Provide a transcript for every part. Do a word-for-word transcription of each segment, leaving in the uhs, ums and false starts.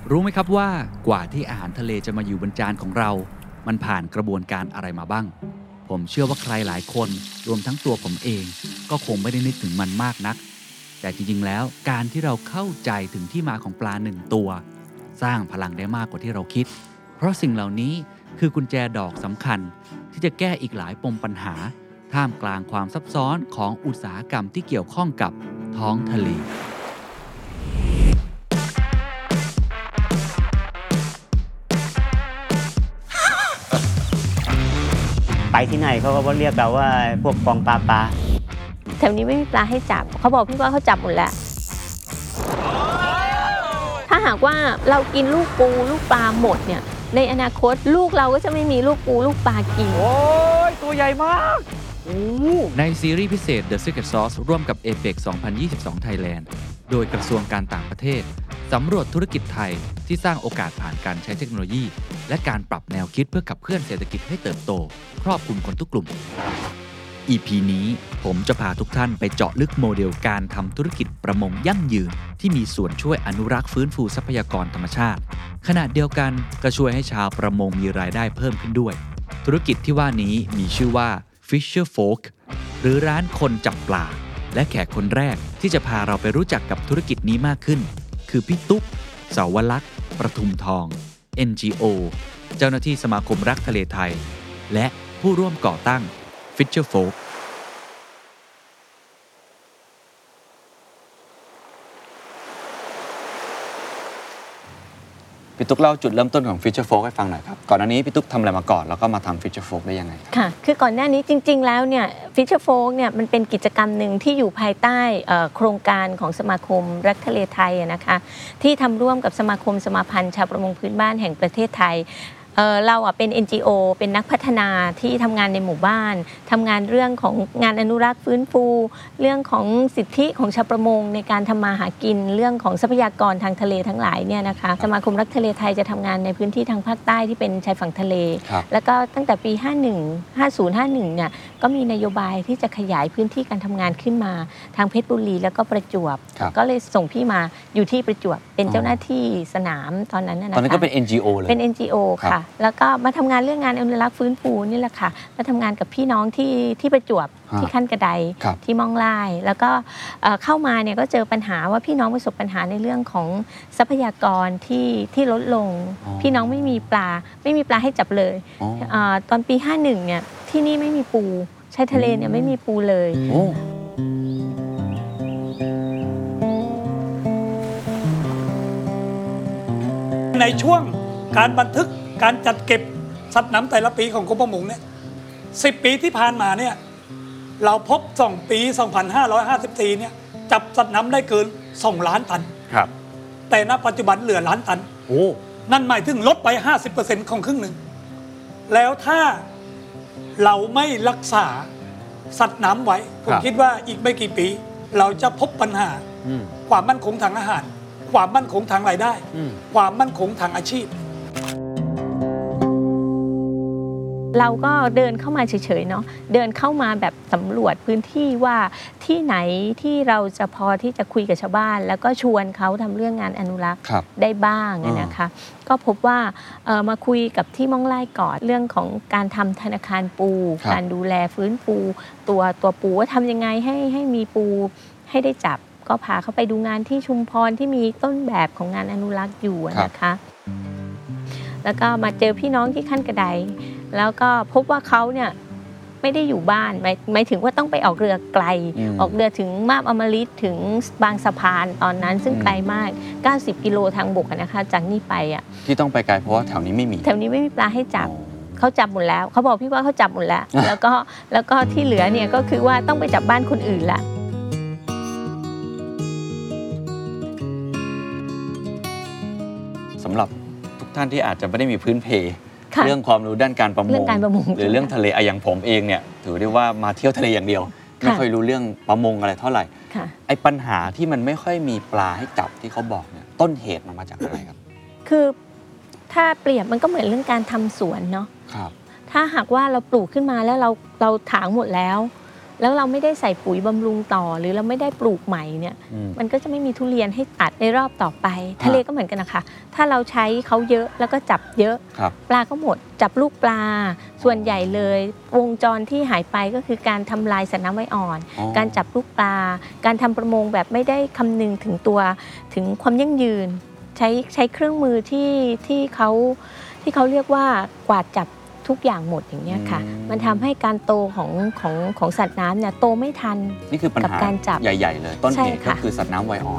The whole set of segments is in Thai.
รู้ไหมครับว่ากว่าที่อาหารทะเลจะมาอยู่บนจานของเรามันผ่านกระบวนการอะไรมาบ้างผมเชื่อว่าใครหลายคนรวมทั้งตัวผมเองก็คงไม่ได้นึกถึงมันมากนักแต่จริงๆแล้วการที่เราเข้าใจถึงที่มาของปลาหนึ่งตัวสร้างพลังได้มากกว่าที่เราคิดเพราะสิ่งเหล่านี้คือกุญแจดอกสำคัญที่จะแก้อีกหลายปมปัญหาท่ามกลางความซับซ้อนของอุตสาหกรรมที่เกี่ยวข้องกับท้องทะเลไปที่ไหนเขาก็เรียกเราว่าพวกกองปลาปลาแถวนี้ไม่มีปลาให้จับเขาบอกพี่ว่าเขาจับหมดแล้วถ้าหากว่าเรากินลูกปูลูกปลาหมดเนี่ยในอนาคตลูกเราก็จะไม่มีลูกปูลูกปลากินโอ้ยตัวใหญ่มากในซีรีส์พิเศษ The Secret Sauce ร่วมกับ เอ เปก สองพันยี่สิบสอง Thailand โดยกระทรวงการต่างประเทศสำรวจธุรกิจไทยที่สร้างโอกาสผ่านการใช้เทคโนโลยีและการปรับแนวคิดเพื่อขับเคลื่อนเศรษฐกิจให้เติบโตครอบคลุมคนทุกกลุ่ม อี พี นี้ผมจะพาทุกท่านไปเจาะลึกโมเดลการทำธุรกิจประมงยั่งยืนที่มีส่วนช่วยอนุรักษ์ฟื้นฟูทรัพยากรธรรมชาติขณะเดียวกันก็ช่วยให้ชาวประมงมีรายได้เพิ่มขึ้นด้วยธุรกิจที่ว่านี้มีชื่อว่า Fisher Folk หรือร้านคนจับปลาและแขกคนแรกที่จะพาเราไปรู้จักกับธุรกิจนี้มากขึ้นคือพี่ตุ๊กเสาวลักษณ์ประทุมทอง เอ็น จี โอ เจ้าหน้าที่สมาคมรักทะเลไทยและผู้ร่วมก่อตั้ง Fisher Folk พี่ตุ๊กเล่าจุดเริ่มต้นของ Fisher Folk ให้ฟังหน่อยครับก่อนหน้านี้พี่ตุ๊กทำอะไรมาก่อนแล้วก็มาทำ Fisher Folk ได้ยังไงค่ะคือก่อนหน้านี้จริงๆแล้วเนี่ย Fisher Folk เนี่ยมันเป็นกิจกรรมหนึ่งที่อยู่ภายใต้โครงการของสมาคมรักทะเลไทยนะคะที่ทำร่วมกับสมาคมสมาพันธ์ชาวประมงพื้นบ้านแห่งประเทศไทยเอ่อเราอ่ะเป็น เอ็น จี โอ เป็นนักพัฒนาที่ทำงานในหมู่บ้านทำงานเรื่องของงานอนุรักษ์ฟื้นฟูเรื่องของสิทธิของชาวประมงในการทำมาหากินเรื่องของทรัพยากรทางทะเลทั้งหลายเนี่ยนะคะสมาคมรักทะเลไทยจะทำงานในพื้นที่ทางภาคใต้ที่เป็นชายฝั่งทะเลแล้วก็ตั้งแต่ปีห้าสิบ ห้าสิบ ห้าสิบเอ็ดเนี่ยก็มีนโยบายที่จะขยายพื้นที่การทำงานขึ้นมาทางเพชรบุรีแล้วก็ประจวบก็เลยส่งพี่มาอยู่ที่ประจวบเป็นเจ้าหน้าที่สนามตอนนั้นนะคะตอนนั้นก็เป็น เอ็น จี โอ เลยเป็น เอ็น จี โอ ค่ะแล้วก็มาทำงานเรื่องงานอนุรักษ์ฟื้นฟูนี่แหละค่ะมาทำงานกับพี่น้องที่ที่ประจวบที่ขั้นกระไดที่ม่องลายแล้วก็เข้ามาเนี่ยก็เจอปัญหาว่าพี่น้องประสบปัญหาในเรื่องของทรัพยากรที่ที่ลดลงพี่น้องไม่มีปลาไม่มีปลาให้จับเลยตอนปีห้าสิบเอ็ดเนี่ยที่นี่ไม่มีปูชายทะเลเนี่ยไม่มีปูเลยในช่วงการบันทึกการจัดเก็บสัตว์น้ำแต่ละปีของกรมประมงเนี่ยสิบปีที่ผ่านมาเนี่ยเราพบสองปีสองพันห้าร้อยห้าสิบสี่เนี่ยจับสัตว์น้ำได้เกินสองล้านตันครับแต่ณปัจจุบันเหลือล้านตันโอ้นั่นหมายถึงลดไป ห้าสิบเปอร์เซ็นต์ ของครึ่งหนึ่งแล้วถ้าเราไม่รักษาสัตว์น้ำไว้ผมคิดว่าอีกไม่กี่ปีเราจะพบปัญหาความมั่นคงทางอาหารความมั่นคงทางรายได้ความมั่นคงทางอาชีพเราก็เดินเข้ามาเฉยๆเนาะเดินเข้ามาแบบสำรวจพื้นที่ว่าที่ไหนที่เราจะพอที่จะคุยกับชาวบ้านแล้วก็ชวนเขาทำเรื่องงานอนุรักษ์ได้บ้างนะคะก็พบว่ามาคุยกับที่ม่องไล่ก่อนเรื่องของการทำธนาคารปูการดูแลฟื้นฟูตัวตัวปูว่าทำยังไงให้ให้มีปูให้ได้จับก็พาเขาไปดูงานที่ชุมพรที่มีต้นแบบของงานอนุรักษ์อยู่นะคะแล้วก็มาเจอพี่น้องที่ขั้นกระไดแล้วก็พบว่าเขาเนี่ยไม่ได้อยู่บ้านหมายหมายถึงว่าต้องไปออกเรือไกลออกเรือถึงมาบอมฤตถึงบางสะพานตอนนั้นซึ่งไกลมากเก้าสิบกิโลทางบกนะคะจากนี่ไปอ่ะที่ต้องไปไกลเพราะว่าแถวนี้ไม่มีแถวนี้ไม่มีปลาให้จับเขาจับหมดแล้วเขาบอกพี่ว่าเขาจับหมดแล้วแล้วก็แล้วก็ที่เหลือเนี่ยก็คือว่าต้องไปจับบ้านคนอื่นละสำหรับทุกท่านที่อาจจะไม่ได้มีพื้นเพเรื่องความรู้ด้านการประมงหรือเรื่องทะเลอย่างผมเองเนี่ยถือได้ว่ามาเที่ยวทะเลอย่างเดียวไม่ค่อยรู้เรื่องประมงอะไรเท่าไหร่ไอ้ปัญหาที่มันไม่ค่อยมีปลาให้จับที่เขาบอกเนี่ยต้นเหตุมันมาจากอะไรครับคือถ้าเปรียบมันก็เหมือนเรื่องการทำสวนเนาะถ้าหากว่าเราปลูกขึ้นมาแล้วเราเราถางหมดแล้วแล้วเราไม่ได้ใส่ปุ๋ยบำรุงต่อหรือเราไม่ได้ปลูกใหม่เนี่ยมันก็จะไม่มีทุเรียนให้ตัดในรอบต่อไปทะเลก็เหมือนกันนะคะถ้าเราใช้เขาเยอะแล้วก็จับเยอะปลาก็หมดจับลูกปลาส่วนใหญ่เลยวงจรที่หายไปก็คือการทำลายสัตว์น้ำไว้อ่อนการจับลูกปลาการทำประมงแบบไม่ได้คำนึงถึงตัวถึงความยั่งยืนใช้ใช้เครื่องมือที่ที่เขาที่เขาเรียกว่ากวาดจับทุกอย่างหมดอย่างนี้ค่ะมันทำให้การโตของของของสัตว์น้ำเนี่ยโตไม่ทันนี่คือปัญหาการจับใหญ่ๆเลยต้นเหตุก็คือสัตว์น้ำวัยอ่อน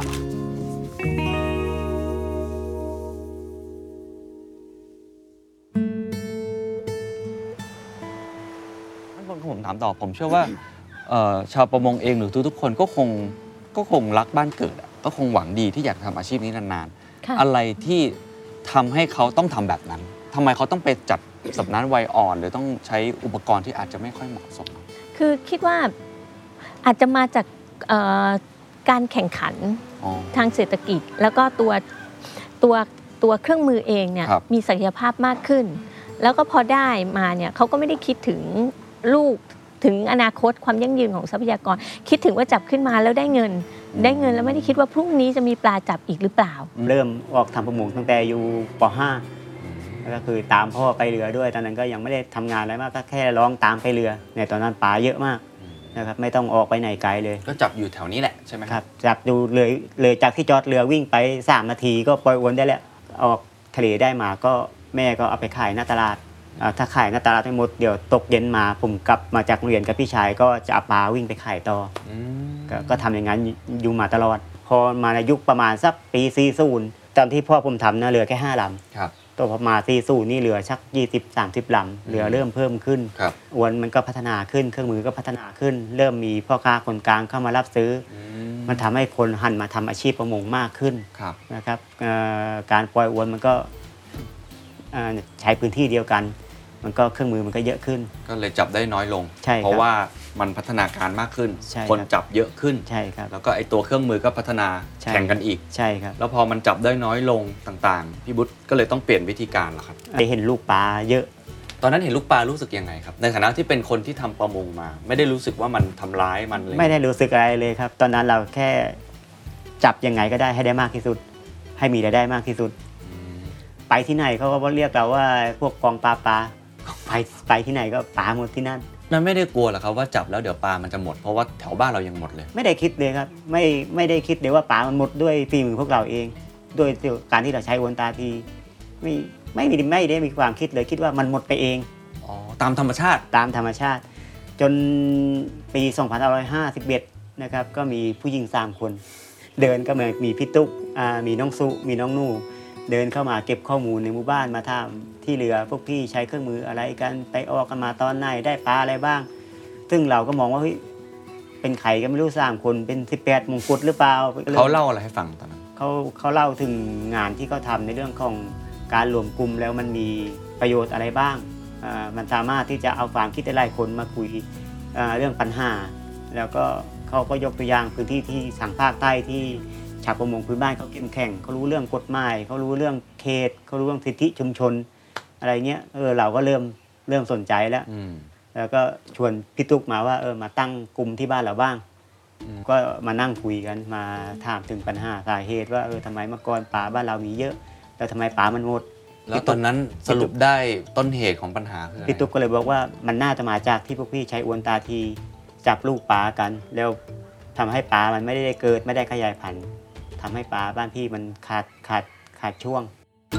ผมถามต่อผมเชื่อว่าชาวประมงเองหรือทุกๆคนก็คงก็คงรักบ้านเกิดก็คงหวังดีที่อยากทำอาชีพนี้นานๆอะไรที่ทำให้เขาต้องทำแบบนั้นทำไมเขาต้องไปจัดสัตว์น้ำวัยอ่อนหรือต้องใช้อุปกรณ์ที่อาจจะไม่ค่อยเหมาะสมคือคิดว่าอาจจะมาจากการแข่งขันทางเศรษฐกิจแล้วก็ตัวตัวตัวเครื่องมือเองเนี่ยมีศักยภาพมากขึ้นแล้วก็พอได้มาเนี่ยเขาก็ไม่ได้คิดถึงลูกถึงอนาคตความยั่งยืนของทรัพยากรคิดถึงว่าจับขึ้นมาแล้วได้เงินได้เงินแล้วไม่ได้คิดว่าพรุ่งนี้จะมีปลาจับอีกหรือเปล่าเริ่มออกทำประมงตั้งแต่อยู่ป .ห้า ก็คือตามพ่อไปเรือด้วยตอนนั้นก็ยังไม่ได้ทำงานอะไรมากก็แค่ร้องตามไปเรือในตอนนั้นปลาเยอะมากนะครับไม่ต้องออกไปไหนไกลเลยก็จับอยู่แถวนี้แหละใช่ไหมครับจับอยู่เลยเลยจากที่จอดเรือวิ่งไปสามนาทีก็ปล่อยอวนได้แล้วออกทะเลได้มาก็แม่ก็เอาไปขายหน้าตลาดถ้าขายหน้าตลาดไม่หมดเดี๋ยวตกเย็นมาผมกลับมาจากโรงเรียนกับพี่ชายก็จะเอาปลาวิ่งไปขายต่อ ก, ก็ทำอย่างนั้นอยู่มาตลอดพอมาในยุคประมาณสักปีสี่สิบตอนที่พ่อผมทำนะเรือแค่ห้าลำตัวพอมาสี่สิบนี่เรือชักยี่สิบ สามสิบลำเรือเริ่มเพิ่มขึ้นอวนมันก็พัฒนาขึ้นเครื่องมือก็พัฒนาขึ้นเริ่มมีพ่อค้าคนกลางเข้ามารับซื้อมันทำให้คนหันมาทำอาชีพประมงมากขึ้นนะครับการปล่อยอวนมันก็ใช้พื้นที่เดียวกันมันก็เครื่องมือมันก็เยอะขึ้นก็เลยจับได้น้อยลงเพราะว่ามันพัฒนาการมากขึ้นคนจับเยอะขึ้นใช่ครับแล้วก็ไอตัวเครื่องมือก็พัฒนาแข่งกันอีกใช่ครับแล้วพอมันจับได้น้อยลงต่างๆพี่บุ๊ทก็เลยต้องเปลี่ยนวิธีการเหรอครับได้เห็นลูกปลาเยอะตอนนั้นเห็นลูกปลารู้สึกยังไงครับในฐานะที่เป็นคนที่ทำประมงมาไม่ได้รู้สึกว่ามันทำร้ายมันเลยไม่ได้รู้สึกอะไรเลยครับตอนนั้นเราแค่จับยังไงก็ได้ให้ได้มากที่สุดให้มีรายได้มากที่สุดไปที่ไหนเขาก็เรียกเราว่าพวกกองปลาปลาไปไปที่ไหนก็ปลาหมดที่นั่นนั่นไม่ได้กลัวหรอครับว่าจับแล้วเดี๋ยวปลามันจะหมดเพราะว่าแถวบ้านเรายังหมดเลยไม่ได้คิดเลยครับไม่ไม่ได้คิดเลยว่าปลามันหมดด้วยฝีมือพวกเราเองด้วยการที่เราใช้อวนตาทีไม่ไม่มีไม่ได้มีความคิดเลยคิดว่ามันหมดไปเองอ๋อตามธรรมชาติตามธรรมชาติจนปีสองพันห้าร้อยห้าสิบเอ็ดนะครับก็มีผู้หญิงสามคนเดินก็มามีพี่ตุ๊กมีน้องสุมีน้องนู่เดินเข้ามาเก็บข้อมูลในหมู่บ้านมาทำที่เรือพวกพี่ใช้เครื่องมืออะไรกันไปออกกันมาตอนไหนได้ปลาอะไรบ้างซึ่งเราก็มองว่าเฮ้ยเป็นใครก็ไม่รู้สามคนเป็นสิบแปดมงกุฎหรือเปล่าเขาเล่าอะไรให้ฟังตอนนั้นเขาเขาเล่าถึงงานที่เขาทำในเรื่องของการรวมกลุ่มแล้วมันมีประโยชน์อะไรบ้างมันสามารถที่จะเอาความคิดหลายคนมาคุยเรื่องปัญหาแล้วก็เขาก็ยกตัวอย่างพื้นที่ที่ทางภาคใต้ที่ชาวประมงพื้นบ้านเขาเข้มแข็งเขารู้เรื่องกฎหมายเขารู้เรื่องเขตเขารู้เรื่องสิทธิชุมชนอะไรเงี้ยเออเราก็เริ่มเริ่มสนใจแล้วแล้วก็ชวนพี่ตุ๊กมาว่าเออมาตั้งกลุ่มที่บ้านเราบ้างก็มานั่งคุยกันมาถามถึงปัญหาสาเหตุว่าเออทำไมเมื่อก่อนปลาบ้านเรามีเยอะแล้วทำไมปลามันหมดแล้วตอนนั้นสรุปได้ต้นเหตุของปัญหาคืออะไรพี่ตุ๊กก็เลยบอกว่ามันน่าจะมาจากที่พวกพี่ใช้อวนตาทีจับลูกปลากันแล้วทำให้ปลามันไม่ได้เกิดไม่ได้ขยายพันธุ์ทำให้ปลาบ้านพี่มันขาดขาดขาดช่วง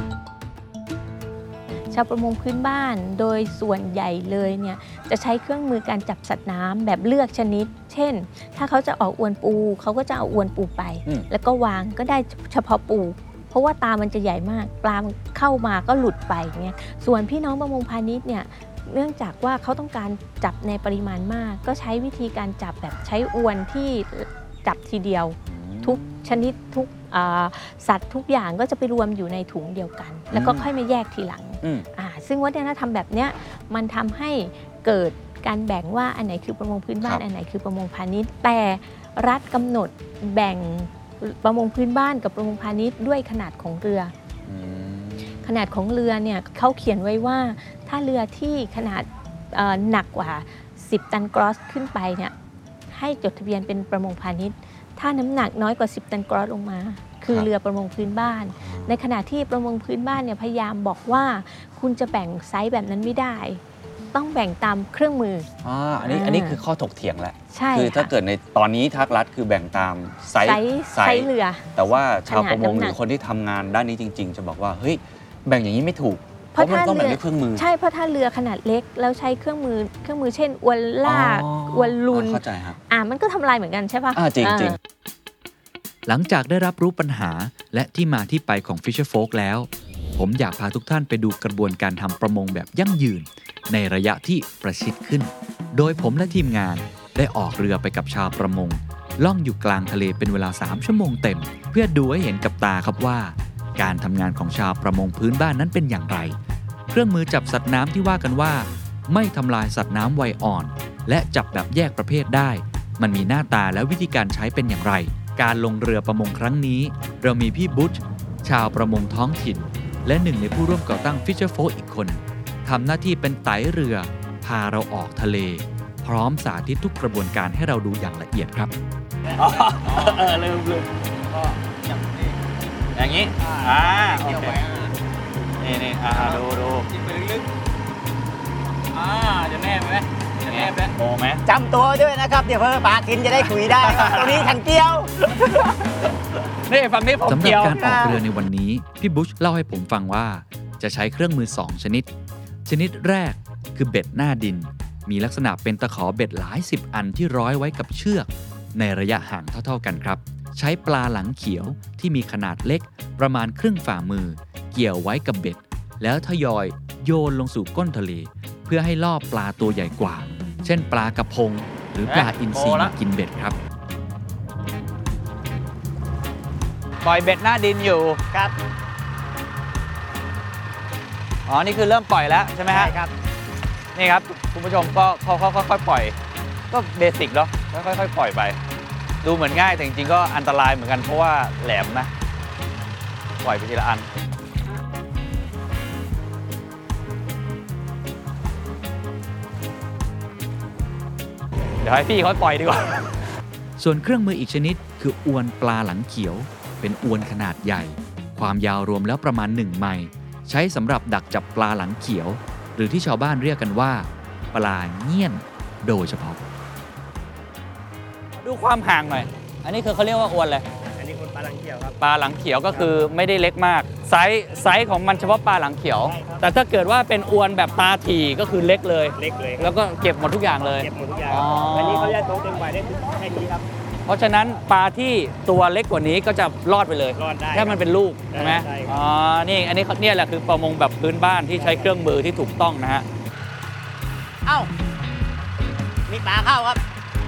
ชาวประมงพื้นบ้านโดยส่วนใหญ่เลยเนี่ยจะใช้เครื่องมือการจับสัตว์น้ำแบบเลือกชนิดเช่นถ้าเขาจะออกอวนปูเขาก็จะเอาอวนปูไปแล้วก็วางก็ได้เฉพาะปูเพราะว่าตามันจะใหญ่มากปลาเข้ามาก็หลุดไปเงี้ยส่วนพี่น้องประมงพาณิชย์เนี่ยเนื่องจากว่าเขาต้องการจับในปริมาณมากก็ใช้วิธีการจับแบบใช้อวนที่จับทีเดียวทุกชนิดทุกสัตว์ทุกอย่างก็จะไปรวมอยู่ในถุงเดียวกันแล้วก็ค่อยมาแยกทีหลังซึ่งวัฒนธรรมแบบเนี้ยมันทำให้เกิดการแบ่งว่าอันไหนคือประมงพื้นบ้านอันไหนคือประมงพาณิชย์แต่รัฐกำหนดแบ่งประมงพื้นบ้านกับประมงพาณิชย์ด้วยขนาดของเรือขนาดของเรือเนี่ยเขาเขียนไว้ว่าถ้าเรือที่ขนาดหนักกว่าสิบตันกรอสขึ้นไปเนี่ยให้จดทะเบียนเป็นประมงพาณิชย์ถ้าน้ำหนักน้อยกว่าสิบตันกรอสลงมาคือเรือประมงพื้นบ้านในขณะที่ประมงพื้นบ้านเนี่ยพยายามบอกว่าคุณจะแบ่งไซส์แบบนั้นไม่ได้ต้องแบ่งตามเครื่องมืออ่าอันนี้อันนี้คือข้อถกเถียงแหละใช่คือถ้าเกิดในตอนนี้ทางรัฐคือแบ่งตามไซส์ไซส์เรือแต่ว่าชาวประมงหรือคนที่ทำงานด้านนี้จริงๆจะบอกว่าเฮ้ยแบ่งอย่างนี้ไม่ถูกเพราะมันต้องแบ่งด้วยเครื่องมือใช่เพราะถ้าเรือขนาดเล็กแล้วใช้เครื่องมือเครื่องมือเช่นอวนลากอวนลุนเข้าใจครับอ่ามันก็ทำลายเหมือนกันใช่ปะอ่าจริงจริงหลังจากได้รับรู้ปัญหาและที่มาที่ไปของ Fisher Folk แล้วผมอยากพาทุกท่านไปดูกระบวนการทำประมงแบบยั่งยืนในระยะที่ประชิดขึ้นโดยผมและทีมงานได้ออกเรือไปกับชาวประมงล่องอยู่กลางทะเลเป็นเวลาสามชั่วโมงเต็มเพื่อดูให้เห็นกับตาครับว่าการทำงานของชาวประมงพื้นบ้านนั้นเป็นอย่างไรเครื่องมือจับสัตว์น้ำที่ว่ากันว่าไม่ทำลายสัตว์น้ำวัยอ่อนและจับแบบแยกประเภทได้มันมีหน้าตาและวิธีการใช้เป็นอย่างไรการลงเรือประมงครั้งนี้เรามีพี่บุ๊ชชาวประมงท้องถิ่นและหนึ่งในผู้ร่วมก่อตั้ง Fisher Folk อีกคนทำหน้าที่เป็นไตเรือพาเราออกทะเลพร้อมสาธิตทุกกระบวนการให้เราดูอย่างละเอียดครับเออลืมลืมก็อย่างนี้อ่าโอเคนี่นี่อ่าดูดูกินไปลึกๆอ่าจะแนบไหมจะแนบไหมโอ้ไหมจำตัวด้วยนะครับเดี๋ยวเพื่อปลากินจะได้คุยได้ตรงนี้ขันเกี้ยวนี่ฝั่งนี้ผมเกี่ยวสำหรับการออกเรือในวันนี้พี่บุชเล่าให้ผมฟังว่าจะใช้เครื่องมือสองชนิดชนิดแรกคือเบ็ดหน้าดินมีลักษณะเป็นตะขอเบ็ดหลายสิบอันที่ร้อยไว้กับเชือกในระยะห่างเท่าๆกันครับใช้ปลาหลังเขียวที่มีขนาดเล็กประมาณครึ่งฝ่ามือเกี่ยวไว้กับเบ็ดแล้วทยอยโยนลงสู่ก้นทะเลเพื่อให้ล่อปลาตัวใหญ่กว่าเช่นปลากระพงหรือปลาอินทรีมากินเบ็ดครับปล่อยเบ็ดหน้าดินอยู่ครับอ๋อนี่คือเริ่มปล่อยแล้วใช่ไหมฮะใช่ครับนี่ครับคุณผู้ชมก็ค่อยๆปล่อยก็เบสิกเนาะค่อยๆปล่อยไปดูเหมือนง่ายแต่จริงๆก็อันตรายเหมือนกันเพราะว่าแหลมนะปล่อยไปทีละอันเดี๋ยวให้พี่เขาปล่อยดีกว่าส่วนเครื่องมืออีกชนิดคืออวนปลาหลังเขียวเป็นอวนขนาดใหญ่ความยาวรวมแล้วประมาณหนึ่งไมล์ใช้สำหรับดักจับปลาหลังเขียวหรือที่ชาวบ้านเรียกกันว่าปลาเงี้ยนโดยเฉพาะดูความห่างหน่อยอันนี้คือเขาเรียกว่าอวนเลยอันนี้อวนปลาหลังเขียวครับปลาหลังเขียวก็คือไม่ได้เล็กมากไซส์ไซส์ของมันเฉพาะปลาหลังเขียวแต่ถ้าเกิดว่าเป็นอวนแบบตาถี่ก็คือเล็กเลยเล็กเลยแล้วก็เก็บหมดทุกอย่างเลยเก็บหมดทุกอย่างอันนี้เขาจะโตเต็มวัยได้แค่นี้ครับเพราะฉะนั้นปลาที่ตัวเล็กกว่านี้ก็จะรอดไปเลยรอดได้ถ้ามันเป็นลูกใช่ไหมอ๋อนี่อันนี้เนี่ยแหละคือประมงแบบพื้นบ้านที่ใช้เครื่องมือที่ถูกต้องนะฮะเอ้ามีปลาเข้าครับ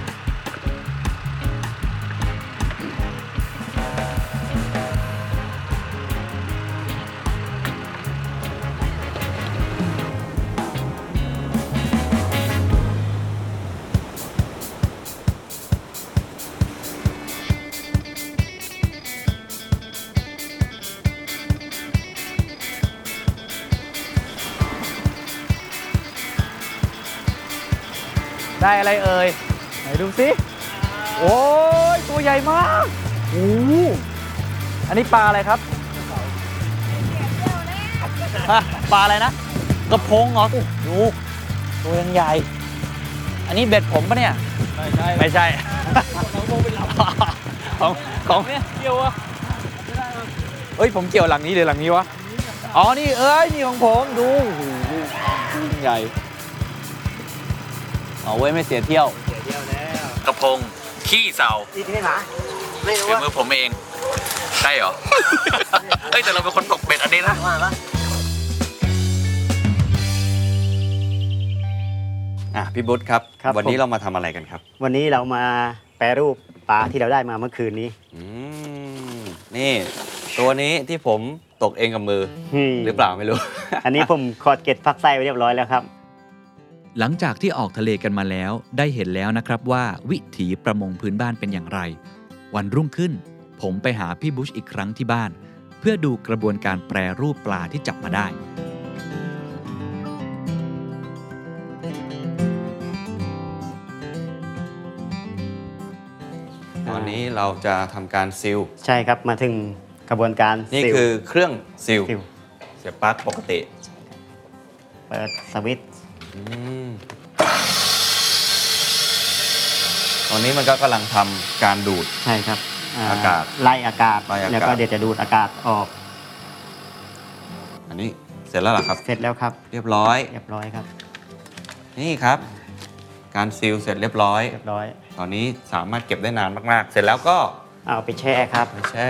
ได้อะไรเอ่ยไหนดูสิโอ้ยตัวใหญ่มากโอ้อันนี้ปลาอะไรครับปลาอะไรนะกระพงเหรอดูตัวยังใหญ่อันนี้เบ็ดผมปะเนี่ยไม่ใช่ไม่ใช่ของโมเป็นหลังของของเนี่ยเกี่ยวอะเฮ้ยผมเกี่ยวหลังนี้หรือหลังนี้วะอ๋อนี่เอ้ยนี่ของผมดูใหญ่เอาไว้ไม่เสียเที่ยวเสียเที่ยวแล้วกระพงขี้เสาอีกที่ไหนไม่รู้ว่ามือผมเองใช่เหรอเฮ้ยแต่เราเป็นคนตกเบ็ดอันนี้นะอ่ะพี่บุ๊ชครับวันนี้เรามาทำอะไรกันครับวันนี้เรามาแปรรูปปลาที่เราได้มาเมื่อคืนนี้อืมนี่ตัวนี้ที่ผมตกเองกับมือหรือเปล่าไม่รู้อันนี้ผมขอดเกล็ดฟักไส้ไว้เรียบร้อยแล้วครับหลังจากที่ออกทะเลกันมาแล้วได้เห็นแล้วนะครับว่าวิถีประมงพื้นบ้านเป็นอย่างไรวันรุ่งขึ้นผมไปหาพี่บุชอีกครั้งที่บ้านเพื่อดูกระบวนการแปรรูปปลาที่จับมาได้ตอนนี้เราจะทำการซีลใช่ครับมาถึงกระบวนการนี่คือเครื่องซีลซีลเสียบปลั๊กปกติเปิดสวิตช์ตอนนี้มันก็กำลังทำการดูดใช่ครับอากาศไล่อากาศแล้วก็เดี๋ยวจะดูดอากาศออกอันนี้เสร็จแล้วเหรอครับเสร็จแล้วครับเรียบร้อยเรียบร้อยครับนี่ครับการซีลเสร็จเรียบร้อยเรียบร้อยตอนนี้สามารถเก็บได้นานมากๆเสร็จแล้วก็เอาไปแช่ครับไปแช่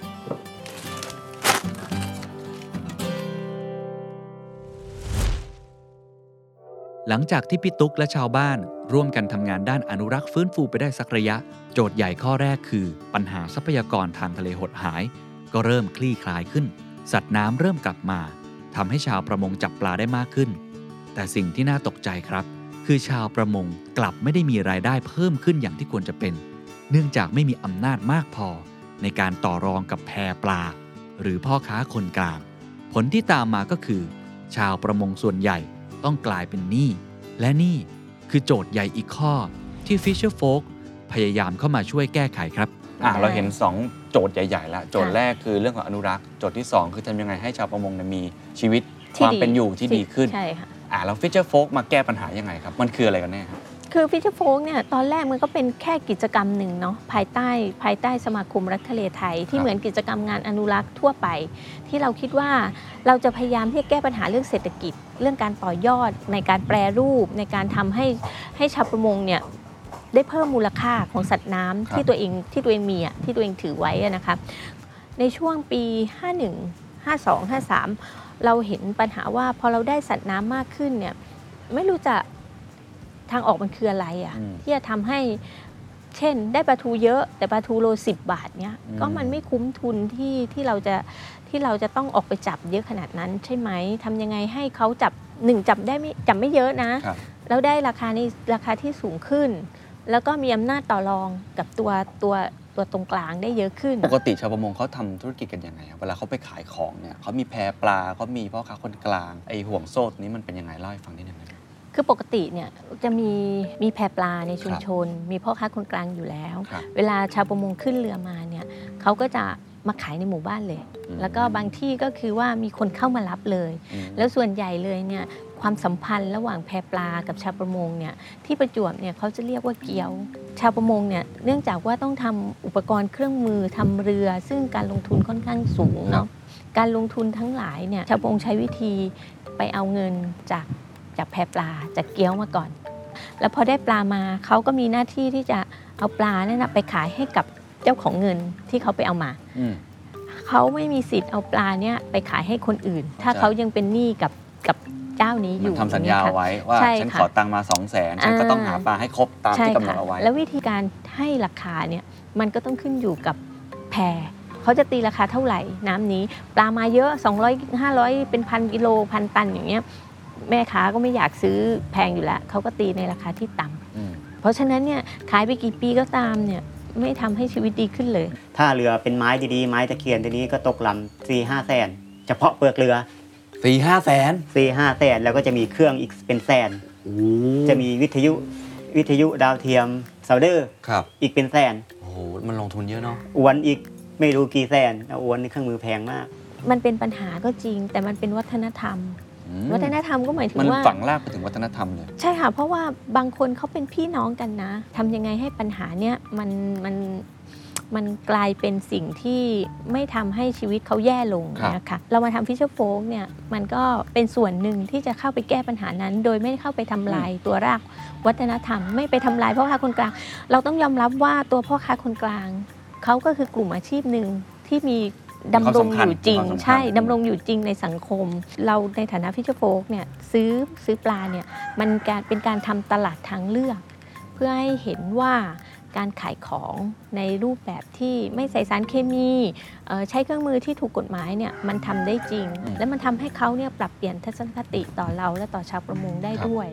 หลังจากที่พี่ตุ๊กและชาวบ้านร่วมกันทำงานด้านอนุรักษ์ฟื้นฟูไปได้สักระยะโจทย์ใหญ่ข้อแรกคือปัญหาทรัพยากรทางทะเลหดหายก็เริ่มคลี่คลายขึ้นสัตว์น้ำเริ่มกลับมาทำให้ชาวประมงจับปลาได้มากขึ้นแต่สิ่งที่น่าตกใจครับคือชาวประมงกลับไม่ได้มีรายได้เพิ่มขึ้นอย่างที่ควรจะเป็นเนื่องจากไม่มีอำนาจมากพอในการต่อรองกับแพปลาหรือพ่อค้าคนกลางผลที่ตามมาก็คือชาวประมงส่วนใหญ่ต้องกลายเป็นหนี้และนี่คือโจทย์ใหญ่อีกข้อที่ Fisher Folk พยายามเข้ามาช่วยแก้ไขครับอ่ะเราเห็นสองโจทย์ใหญ่ๆแล้วโจทย์แรกคือเรื่องของอนุรักษ์โจทย์ที่สองคือทำยังไงให้ชาวประมงมีชีวิตความเป็นอยู่ที่ดีขึ้นใช่ค่ะอ่ะแล้ว Fisher Folk มาแก้ปัญหายังไงครับมันคืออะไรกันแน่ครับคือ Fisher Folk เนี่ยตอนแรกมันก็เป็นแค่กิจกรรมหนึ่งเนาะภายใต้ภายใต้สมาคมรักทะเลไทยที่เหมือนกิจกรรมงานอนุรักษ์ทั่วไปที่เราคิดว่าเราจะพยายามที่จะแก้ปัญหาเรื่องเศรษฐกิจเรื่องการต่อยอดในการแปรรูปในการทำให้ให้ชาวประมงเนี่ยได้เพิ่มมูลค่าของสัตว์น้ำที่ตัวเองที่ตัวเองมีอ่ะที่ตัวเองถือไว้นะคะในช่วงปีห้าสิบเอ็ด ห้าสิบสอง ห้าสิบสามเราเห็นปัญหาว่าพอเราได้สัตว์น้ำมากขึ้นเนี่ยไม่รู้จะทางออกมันคืออะไรอ่ะที่จะทำให้เช่นได้ปลาทูเยอะแต่ปลาทูโลสิบบาทเนี้ยก็มันไม่คุ้มทุนที่ที่เราจะที่เราจะต้องออกไปจับเยอะขนาดนั้นใช่ไหมทำยังไงให้เขาจับหนึ่งจับได้ไม่จับไม่เยอะนะแล้วได้ราคานี้ราคาที่สูงขึ้นแล้วก็มีอำนาจต่อรองกับตัวตัวตัวตรงกลางได้เยอะขึ้นปกติชาวประมงเขาทำธุรกิจกันยังไงเวลาเขาไปขายของเนี่ยเขามีแพปลาเขามีพ่อค้าคนกลางไอ้ห่วงโซ่นี้มันเป็นยังไงเล่าให้ฟังนิดนึงคือปกติเนี่ยจะมีมีแพปลาในชุมชนมีพ่อค้าคนกลางอยู่แล้วเวลาชาวประมงขึ้นเรือมาเนี่ยเขาก็จะมาขายในหมู่บ้านเลยแล้วก็บางที่ก็คือว่ามีคนเข้ามารับเลยแล้วส่วนใหญ่เลยเนี่ยความสัมพันธ์ระหว่างแพปลากับชาวประมงเนี่ยที่ประจวบเนี่ยเขาจะเรียกว่าเกี๊ยวชาวประมงเนี่ยเนื่องจากว่าต้องทำอุปกรณ์เครื่องมือทำเรือซึ่งการลงทุนค่อนข้างสูงเนาะการลงทุนทั้งหลายเนี่ยชาวประมงใช้วิธีไปเอาเงินจากจากแพปลาจากเกี๊ยวมาก่อนแล้วพอได้ปลามาเขาก็มีหน้าที่ที่จะเอาปลาเนี่ยนะไปขายให้กับเจ้าของเงินที่เขาไปเอามาเขาไม่มีสิทธิ์เอาปลาเนี่ยไปขายให้คนอื่นถ้าเขายังเป็นหนี้กับกับเจ้านี้อยู่ทำสัญญาไว้ว่าฉันขอตังมา สองแสน ฉันก็ต้องหาปลาให้ครบตามที่กำหนดเอาไว้แล้ววิธีการให้ราคาเนี่ยมันก็ต้องขึ้นอยู่กับแพเขาจะตีราคาเท่าไหร่น้ำนี้ปลามาเยอะสองร้อย ห้าร้อยเป็นพันกิโลพันตันอย่างเงี้ยแม่ค้าก็ไม่อยากซื้อแพงอยู่แล้วเขาก็ตีในราคาที่ต่ำเพราะฉะนั้นเนี่ยขายไปกี่ปีก็ตามเนี่ยไม่ทำให้ชีวิตดีขึ้นเลยถ้าเรือเป็นไม้ดีๆไม้ตะเคียนทีนี้ก็ตกลำสี่ห้าแสนเฉพาะเปลือกเรือสี่ห้าแสนสี่ห้าแสนแล้วก็จะมีเครื่องอีกเป็นแสนจะมีวิทยุวิทยุดาวเทียมโซลเดอร์อีกเป็นแสนโอ้โหมันลงทุนเยอะเนาะอวนอีกไม่รู้กี่แสนอวนนี่เครื่องมือแพงมากมันเป็นปัญหาก็จริงแต่มันเป็นวัฒนธรรมวัฒนธรรมก็หมายถึงว่ามันฝังรากไปถึงวัฒนธรรมเลยใช่ค่ะเพราะว่าบางคนเขาเป็นพี่น้องกันนะทำยังไงให้ปัญหาเนี้ยมันมันมันกลายเป็นสิ่งที่ไม่ทำให้ชีวิตเขาแย่ลงนะคะเรามาทำ Fisher Folk เนี่ยมันก็เป็นส่วนหนึ่งที่จะเข้าไปแก้ปัญหานั้น โดยไม่เข้าไปทำลายตัวรากวัฒนธรรมไม่ไปทำลายพ่อค้าคนกลางเราต้องยอมรับว่าตัวพ่อค้าคนกลางเขาก็คือกลุ่มอาชีพหนึ่งที่มีดำรงอยู่จริงใช่ดำรงอยู่จริงในสังคมเราในฐานะ Fisher Folk เนี่ยซื้อซื้อปลาเนี่ยมันการเป็นการทำตลาดทางเลือกเพื่อให้เห็นว่าการขายของในรูปแบบที่ไม่ใส่สารเคมีใช้เครื่องมือที่ถูกกฎหมายเนี่ยมันทำได้จริงและมันทำให้เขาเนี่ยปรับเปลี่ยนทัศนคติต่อเราและต่อชาวประมงได้ด้วย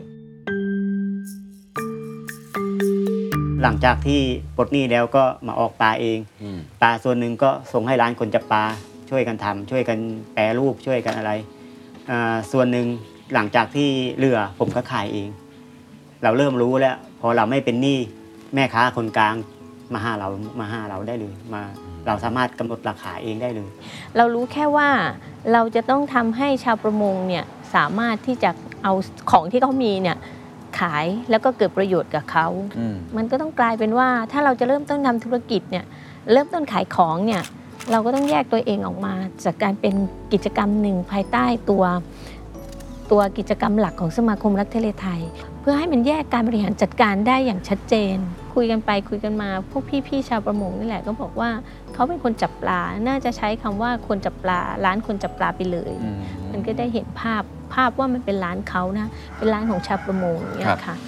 หลังจากที่ปลดหนี้แล้วก็มาออกปลาเองปลาส่วนหนึ่งก็ส่งให้ร้านคนจับปลาช่วยกันทำช่วยกันแปรรูปช่วยกันอะไรส่วนหนึ่งหลังจากที่เรือผมก็ขายเองเราเริ่มรู้แล้วพอเราไม่เป็นหนี้แม่ค้าคนกลางมาหาเรามาหาเราได้เลยมาเราสามารถกำหนดราคาเองได้เลยเรารู้แค่ว่าเราจะต้องทำให้ชาวประมงเนี่ยสามารถที่จะเอาของที่เขามีเนี่ยขายแล้วก็เกิดประโยชน์กับเขามันก็ต้องกลายเป็นว่าถ้าเราจะเริ่มต้นทำธุรกิจเนี่ยเริ่มต้นขายของเนี่ยเราก็ต้องแยกตัวเองออกมาจากการเป็นกิจกรรมหนึ่งภายใต้ตัวตัวกิจกรรมหลักของสมาคมรักทะเลไทยเพื่อให้มันแยกการบริหารจัดการได้อย่างชัดเจนคุยกันไปคุยกันมาพวกพี่ๆชาวประมงนี่แหละก็บอกว่าเขาเป็นคนจับปลาน่าจะใช้คำว่าคนจับปลาร้านคนจับปลาไปเลยมันก็ได้เห็นภาพภาพว่ามันเป็นร้านเขานะเป็นร้านของชาวประมงอย่างเงี้ยค่ะ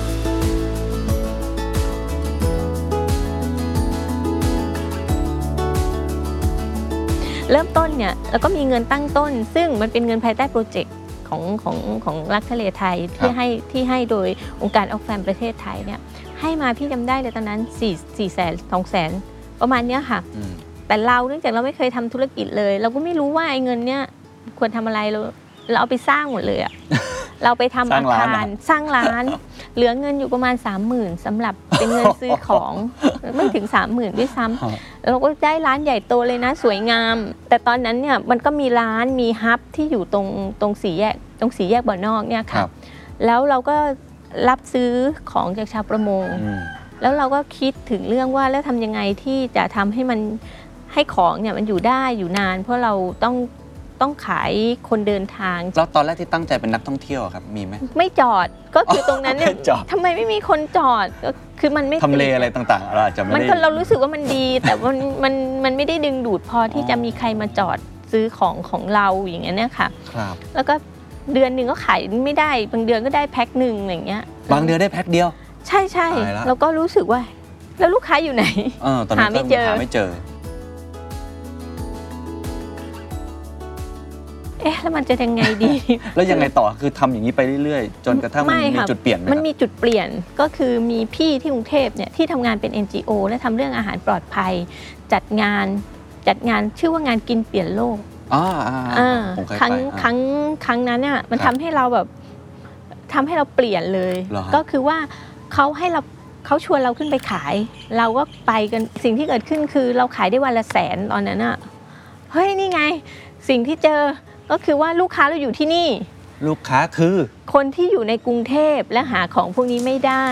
เริ่มต้นเนี่ยแล้วก็มีเงินตั้งต้นซึ่งมันเป็นเงินภายใต้โปรเจกต์ของของของรักทะเลไทยที่ให้ที่ให้โดยองค์การออกแฟมประเทศไทยเนี่ยให้มาพี่จำได้เลยตอนนั้นสี่ สี่แสน สองแสนประมาณเนี้ยค่ะแต่เราเนื่องจากเราไม่เคยทำธุรกิจเลยเราก็ไม่รู้ว่าไอ้เงินเนี้ยควรทำอะไรเราเราเอาไปสร้างหมดเลยอะเราไปทำอาคารสร้างร้านเหลือเงินอยู่ประมาณ สามหมื่น สำหรับเป็นเงินซื้อของไม่ถึง สามหมื่น ด้วยซ้ำเราก็ได้ร้านใหญ่โตเลยนะสวยงามแต่ตอนนั้นเนี่ยมันก็มีร้านมีฮับที่อยู่ตรงตรงสี่แยกตรงสี่แยกบ่อนอกเนี่ยค่ะแล้วเราก็รับซื้อของจากชาวประมงแล้วเราก็คิดถึงเรื่องว่าแล้วทำยังไงที่จะทำให้มันให้ของเนี่ยมันอยู่ได้อยู่นานเพราะเราต้องต้องขายคนเดินทางแล้วตอนแรกที่ตั้งใจเป็นนักท่องเที่ยวครับมีไหมไม่จอดก็คือตรงนั้นเนี่ยทำไมไม่มีคนจอดก็คือมันไม่ทำเลอะไรต่างๆเราอาจจะไม่ได้มันก็เรารู้สึกว่ามันดีแต่มันมันมันไม่ได้ดึงดูดพอที่จะมีใครมาจอดซื้อของของเราอย่างเงี้ยเนี่ยค่ะครับแล้วก็เดือนหนึ่งก็ขายไม่ได้บางเดือนก็ได้แพ็คหนึ่งอย่างเงี้ยบางเดือนได้แพ็คเดียวใช่ใช่แล้วก็รู้สึกว่าแล้วลูกค้าอยู่ไหนหาไม่เจอหาไม่เจอเอ๊ะแล้วมันจะยังไงดีแล้วยังไงต่อคือทำอย่างนี้ไปเรื่อยๆจนกระทั่งมันมีจุดเปลี่ยนไหมมันมีจุดเปลี่ยนก็คือมีพี่ที่กรุงเทพเนี่ยที่ทำงานเป็น เอ็น จี โอ และทำเรื่องอาหารปลอดภัยจัดงานจัดงานชื่อว่างานกินเปลี่ยนโลกอ๋อครั้งครั้งครั้งนั้นเนี่ยมันทำให้เราแบบทำให้เราเปลี่ยนเลยก็คือว่าเขาให้เราเขาชวนเราขึ้นไปขายเราก็ไปกันสิ่งที่เกิดขึ้นคือเราขายได้วันละแสนตอนนั้นอะเฮ้ยนี่ไงสิ่งที่เจอก็คือว่าลูกค้าเราอยู่ที่นี่ลูกค้าคือคนที่อยู่ในกรุงเทพและหาของพวกนี้ไม่ได้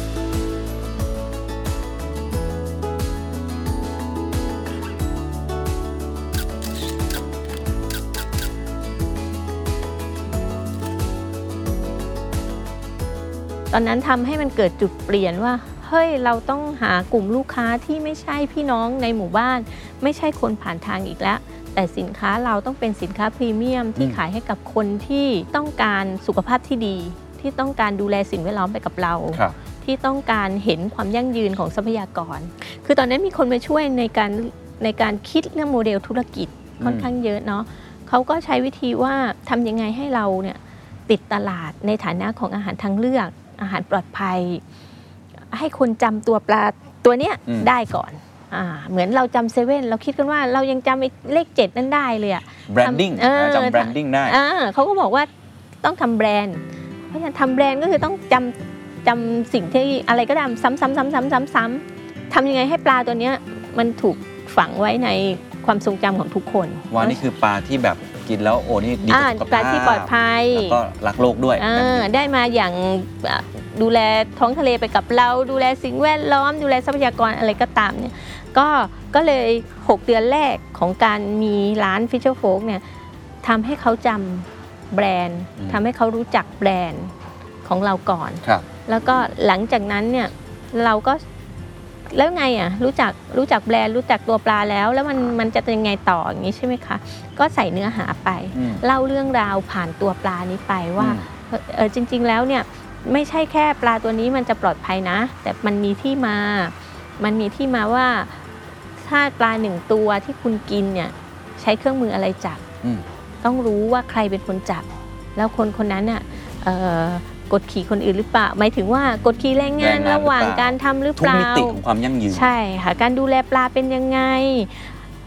ตอนนั้นทำให้มันเกิดจุดเปลี่ยนว่าเฮ้ยเราต้องหากลุ่มลูกค้าที่ไม่ใช่พี่น้องในหมู่บ้านไม่ใช่คนผ่านทางอีกแล้วแต่สินค้าเราต้องเป็นสินค้าพรีเมียมที่ขายให้กับคนที่ต้องการสุขภาพที่ดีที่ต้องการดูแลสิ่งแวดล้อมไปกับเราที่ต้องการเห็นความยั่งยืนของทรัพยากรคือตอนนั้นมีคนมาช่วยในการในการคิดเรื่องโมเดลธุรกิจค่อนข้างเยอะเนาะเขาก็ใช้วิธีว่าทำยังไงให้เราเนี่ยติดตลาดในฐานะของอาหารทางเลือกอาหารปลอดภัยให้คนจำตัวปลาตัวเนี้ยได้ก่อนอ่าเหมือนเราจำเซเว่นเราคิดกันว่าเรายังจำเลขเจ็ดนั่นได้เลยอะแบรนดิ้งจำแบรนดิ้งได้อ่าเขาก็บอกว่าต้องทำแบรนด์เพราะฉะนั้นทำแบรนด์ก็คือต้องจำจำสิ่งที่อะไรก็ได้ซ้ำซ้ำซ้ำซ้ำซ้ำซ้ำทำยังไงให้ปลาตัวเนี้ยมันถูกฝังไว้ในความทรงจำของทุกคนว่านี่คือปลาที่แบบกินแล้วโอ้นี่ดีต่อสุขภาพปลาที่ปลอดภัยแล้วก็รักโลกด้วยได้มาอย่างดูแลท้องทะเลไปกับเราดูแลสิ่งแวดล้อมดูแลทรัพยากรอะไรก็ตามเนี่ยก็ก็เลยหกเดือนแรกของการมีร้าน Fisher Folk เนี่ยทำให้เขาจำแบรนด์ทำให้เขารู้จักแบรนด์ของเราก่อนแล้วก็หลังจากนั้นเนี่ยเราก็แล้วไงอ่ะรู้จักรู้จักแบรนด์รู้จักตัวปลาแล้วแล้วมันมันจะยังไงต่ออย่างนี้ใช่ไหมคะก็ใส่เนื้อหาไปเล่าเรื่องราวผ่านตัวปลานี้ไปว่าเออจริงๆแล้วเนี่ยไม่ใช่แค่ปลาตัวนี้มันจะปลอดภัยนะแต่มันมีที่มามันมีที่มาว่าถ้าปลาหนึ่งตัวที่คุณกินเนี่ยใช้เครื่องมืออะไรจับต้องรู้ว่าใครเป็นคนจับแล้วคนคนนั้นน่ะกดขี่คนอื่นหรือเปล่าหมายถึงว่ากดขี่แรงงานระหว่างการทำหรือเปล่าทุกมิติของความยั่งยืนใช่ค่ะการดูแลปลาเป็นยังไง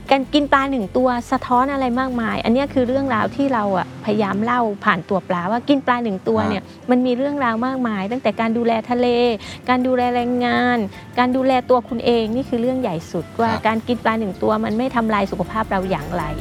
การกินปลาหนึ่งตัวสะท้อนอะไรมากมายอันนี้คือเรื่องราวที่เราอ่ะพยายามเล่าผ่านตัวปลาว่ากินปลาหนึ่งตัวเนี่ยมันมีเรื่องราวมากมายตั้งแต่การดูแลทะเลการดูแลแรงงานการดูแลตัวคุณเองนี่คือเรื่องใหญ่สุดว่าการกินปลาหนึ่งตัวมันไม่ทำลายสุขภาพเราอย่างไร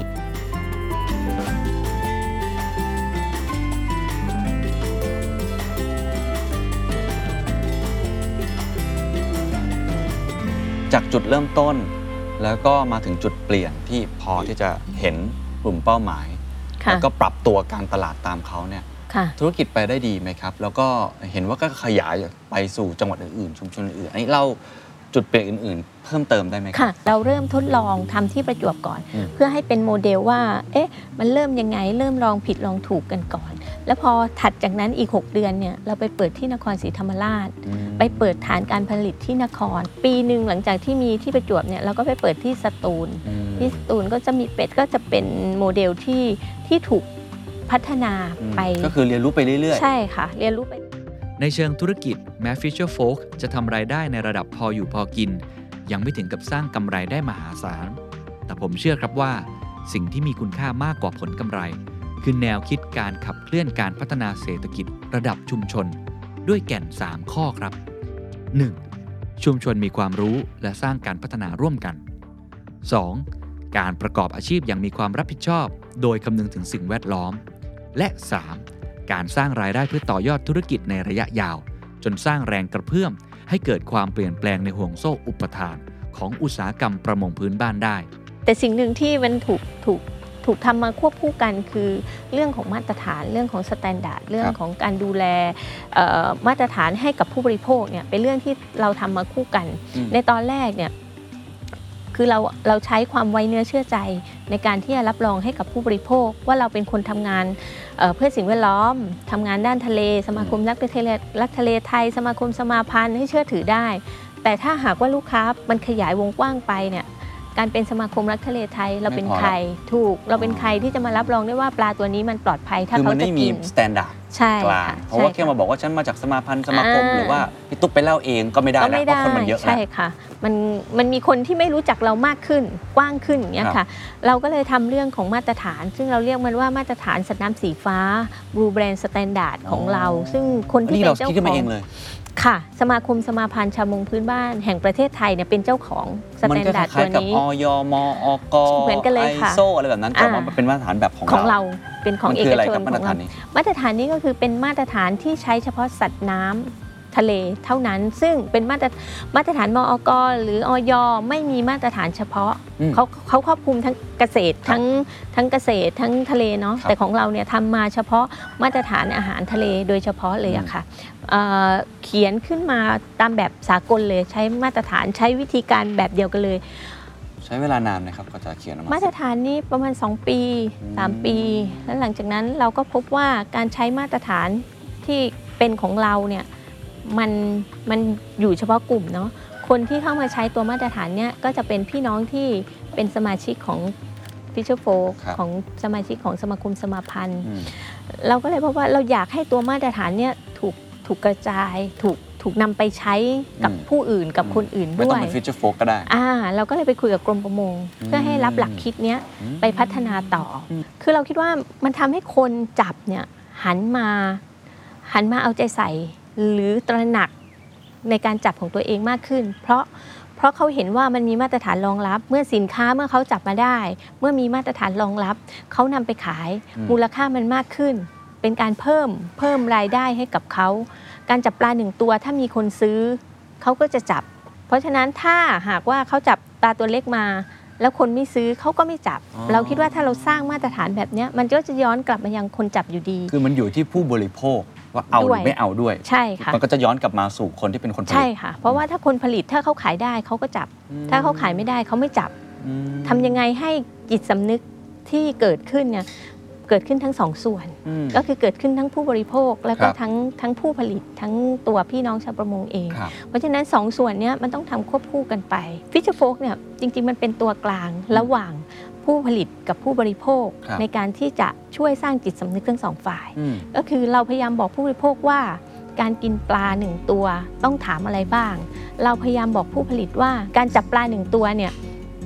จากจุดเริ่มต้นแล้วก็มาถึงจุดเปลี่ยนที่พอที่จะเห็นกลุ่มเป้าหมายแล้วก็ปรับตัวการตลาดตามเขาเนี่ยธุรกิจไปได้ดีไหมครับแล้วก็เห็นว่าก็ขยายไปสู่จังหวัดอื่นๆชุมชนอื่นอันนี้เล่าจุดเปลี่ยนอื่นๆเพิ่มเติมได้ไหมครับค่ะเราเริ่มทดลองทำที่ประจวบก่อนเพื่อให้เป็นโมเดลว่าเอ๊ะมันเริ่มยังไงเริ่มลองผิดลองถูกกันก่อนแล้วพอถัดจากนั้นอีกหกเดือนเนี่ยเราไปเปิดที่นครศรีธรรมราชไปเปิดฐานการผลิตที่นครปีหนึ่งหลังจากที่มีที่ประจวบเนี่ยเราก็ไปเปิดที่สตูลที่สตูลก็จะมีเป็ดก็จะเป็นโมเดลที่ที่ถูกพัฒนาไปก็คือเรียนรู้ไปเรื่อยๆใช่ค่ะเรียนรู้ไปในเชิงธุรกิจแม้ Fisher Folk จะทำรายได้ในระดับพออยู่พอกินยังไม่ถึงกับสร้างกำไรได้มหาศาลแต่ผมเชื่อครับว่าสิ่งที่มีคุณค่ามากกว่าผลกำไรคือแนวคิดการขับเคลื่อนการพัฒนาเศรษฐกิจระดับชุมชนด้วยแก่นสามข้อครับ หนึ่ง. ชุมชนมีความรู้และสร้างการพัฒนาร่วมกัน สอง. การประกอบอาชีพอย่างมีความรับผิดชอบโดยคำนึงถึงสิ่งแวดล้อมและ สาม. การสร้างรายได้เพื่อต่อยอดธุรกิจในระยะยาวจนสร้างแรงกระเพื่อมให้เกิดความเปลี่ยนแปลงในห่วงโซ่อุปทานของอุตสาหกรรมประมงพื้นบ้านได้แต่สิ่งหนึ่งที่มันถูกถูกถูกทำมาควบคู่กันคือเรื่องของมาตรฐานเรื่องของสแตนดาร์ดเรื่องของการดูแลมาตรฐานให้กับผู้บริโภคเนี่ยเป็นเรื่องที่เราทำมาคู่กันในตอนแรกเนี่ยคือเราเราใช้ความไว้เนื้อเชื่อใจในการที่จะรับรองให้กับผู้บริโภคว่าเราเป็นคนทำงาน เ, เพื่อสิ่งแวดล้อมทำงานด้านทะเลสมาคมนักทะเลรักทะเลไทยสมาคมสมาพันธ์ให้เชื่อถือได้แต่ถ้าหากว่าลูกค้ามันขยายวงกว้างไปเนี่ยการเป็นสมาคมรักทะเลไทยเราเป็นใครถูกเราเป็นใครที่จะมารับรองได้ว่าปลาตัวนี้มันปลอดภัยถ้าเขาจะกินคือมันไม่มีสแตนดาร์ดกลางเพราะว่าแค่มาบอกว่าฉันมาจากสมาพันธ์สมาคมหรือว่าพี่ตุ๊กไปเล่าเองก็ไม่ได้นะเพราะคนมันเยอะใช่ค่ะมันมันมีคนที่ไม่รู้จักเรามากขึ้นกว้างขึ้นอย่างเงี้ยค่ะเราก็เลยทำเรื่องของมาตรฐานซึ่งเราเรียกมันว่ามาตรฐานสัตว์น้ำสีฟ้า Blue Brand Standard ของเราซึ่งคนที่เป็นเจ้าของค่ะสมาคมสมาพันธ์ชาวมงพื้นบ้านแห่งประเทศไทยเนี่ยเป็นเจ้าของสแตนดาร์ดตัวนี้มันก็คล้ายกับอยมอกเหมือนกันเลยค่ะไอโซอะไรแบบนั้นแต่ว่าเป็นมาตรฐานแบบของเราของเราเป็นของเอกชนของเรามาตรฐานนี้ก็คือเป็นมาตรฐานที่ใช้เฉพาะสัตว์น้ำทะเลเท่านั้นซึ่งเป็นมาตรมาตรฐานมอก.หรืออย.ไม่มีมาตรฐานเฉพาะเขาเขาครอบคลุมทั้งเกษตรทั้งทั้งเกษตรทั้งทะเลเนาะแต่ของเราเนี่ยทำมาเฉพาะมาตรฐานอาหารทะเลโดยเฉพาะเลยอะค่ะเอ่อเขียนขึ้นมาตามแบบสากลเลยใช้มาตรฐานใช้วิธีการแบบเดียวกันเลยใช้เวลานานไหมครับก็จะเขียนออกมามาตรฐานนี้ประมาณสองปีสามปีแล้วหลังจากนั้นเราก็พบว่าการใช้มาตรฐานที่เป็นของเราเนี่ยมันมันอยู่เฉพาะกลุ่มเนาะคนที่เข้ามาใช้ตัวมาตรฐานเนี่ยก็จะเป็นพี่น้องที่เป็นสมาชิกของ Fisher Folk ของสมาชิกของสมาคมสมาพันธ์เราก็เลยพบว่าเราอยากให้ตัวมาตรฐานเนี่ยถูกถูกกระจายถูกถูกนำไปใช้กับผู้อื่นกับคนอื่นด้วยไม่ต้องเป็น Fisher Folk ก็ได้อ่าเราก็เลยไปคุยกับกรมประมงเพื่อให้รับหลักคิดเนี้ยไปพัฒนาต่อคือเราคิดว่ามันทำให้คนจับเนี่ยหันมาหันมาเอาใจใส่หรือตระหนักในการจับของตัวเองมากขึ้นเพราะเพราะเขาเห็นว่ามันมีมาตรฐานรองรับเมื่อสินค้าเมื่อเขาจับมาได้เมื่อมีมาตรฐานรองรับเขานำไปขายมูลค่ามันมากขึ้นเป็นการเพิ่มเพิ่มรายได้ให้กับเขาการจับปลาหนึ่งตัวถ้ามีคนซื้อเขาก็จะจับเพราะฉะนั้นถ้าหากว่าเขาจับปลาตัวเล็กมาแล้วคนไม่ซื้อเขาก็ไม่จับเราคิดว่าถ้าเราสร้างมาตรฐานแบบนี้มันก็จะย้อนกลับมายังคนจับอยู่ดีคือมันอยู่ที่ผู้บริโภคว่าเอาหรือไม่เอาด้วยใช่ค่ะมันก็จะย้อนกลับมาสู่คนที่เป็นคนผลิตใช่ค่ะเพราะว่าถ้าคนผลิตถ้าเขาขายได้เขาก็จับถ้าเขาขายไม่ได้เขาไม่จับทำยังไงให้จิตสำนึกที่เกิดขึ้นเนี่ยเกิดขึ้นทั้งสองส่วนก็คือเกิดขึ้นทั้งผู้บริโภคแล้วก็ทั้งทั้งผู้ผลิตทั้งตัวพี่น้องชาวประมงเองเพราะฉะนั้นสองส่วนนี้มันต้องทำควบคู่กันไป Fisher Folk เนี่ยจริงๆมันเป็นตัวกลางระหว่างผู้ผลิตกับผู้บริโภคในการที่จะช่วยสร้างจิตสำนึกทั้งสองฝ่ายก็คือเราพยายามบอกผู้บริโภคว่าการกินปลาหนึ่งตัวต้องถามอะไรบ้างเราพยายามบอกผู้ผลิตว่าการจับปลาหนึ่งตัวเนี่ย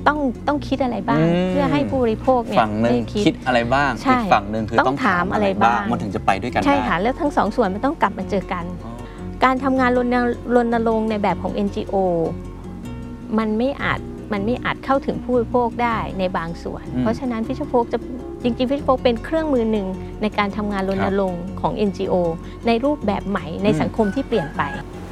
ต้องต้องคิดอะไรบ้างเพื่อให้ผู้บริโภคเนี่ยฝั่งนึงคิดอะไรบ้างอีกฝั่งนึงคือต้องถามอะไรบ้างมันถึงจะไปด้วยกันได้ใช่ค่ะแล้วทั้งสองส่วนมันต้องกลับมาเจอกันการทำงานรณรงค์ในแบบของ เอ็น จี โอ มันไม่อาจมันไม่อาจเข้าถึงผู้บริโภคได้ในบางส่วนเพราะฉะนั้น Fisher Folk จะจริงๆ Fisher Folk เป็นเครื่องมือหนึ่งในการทำงานรณรงค์ของ เอ็น จี โอ ในรูปแบบใหม่ในสังคมที่เปลี่ยนไป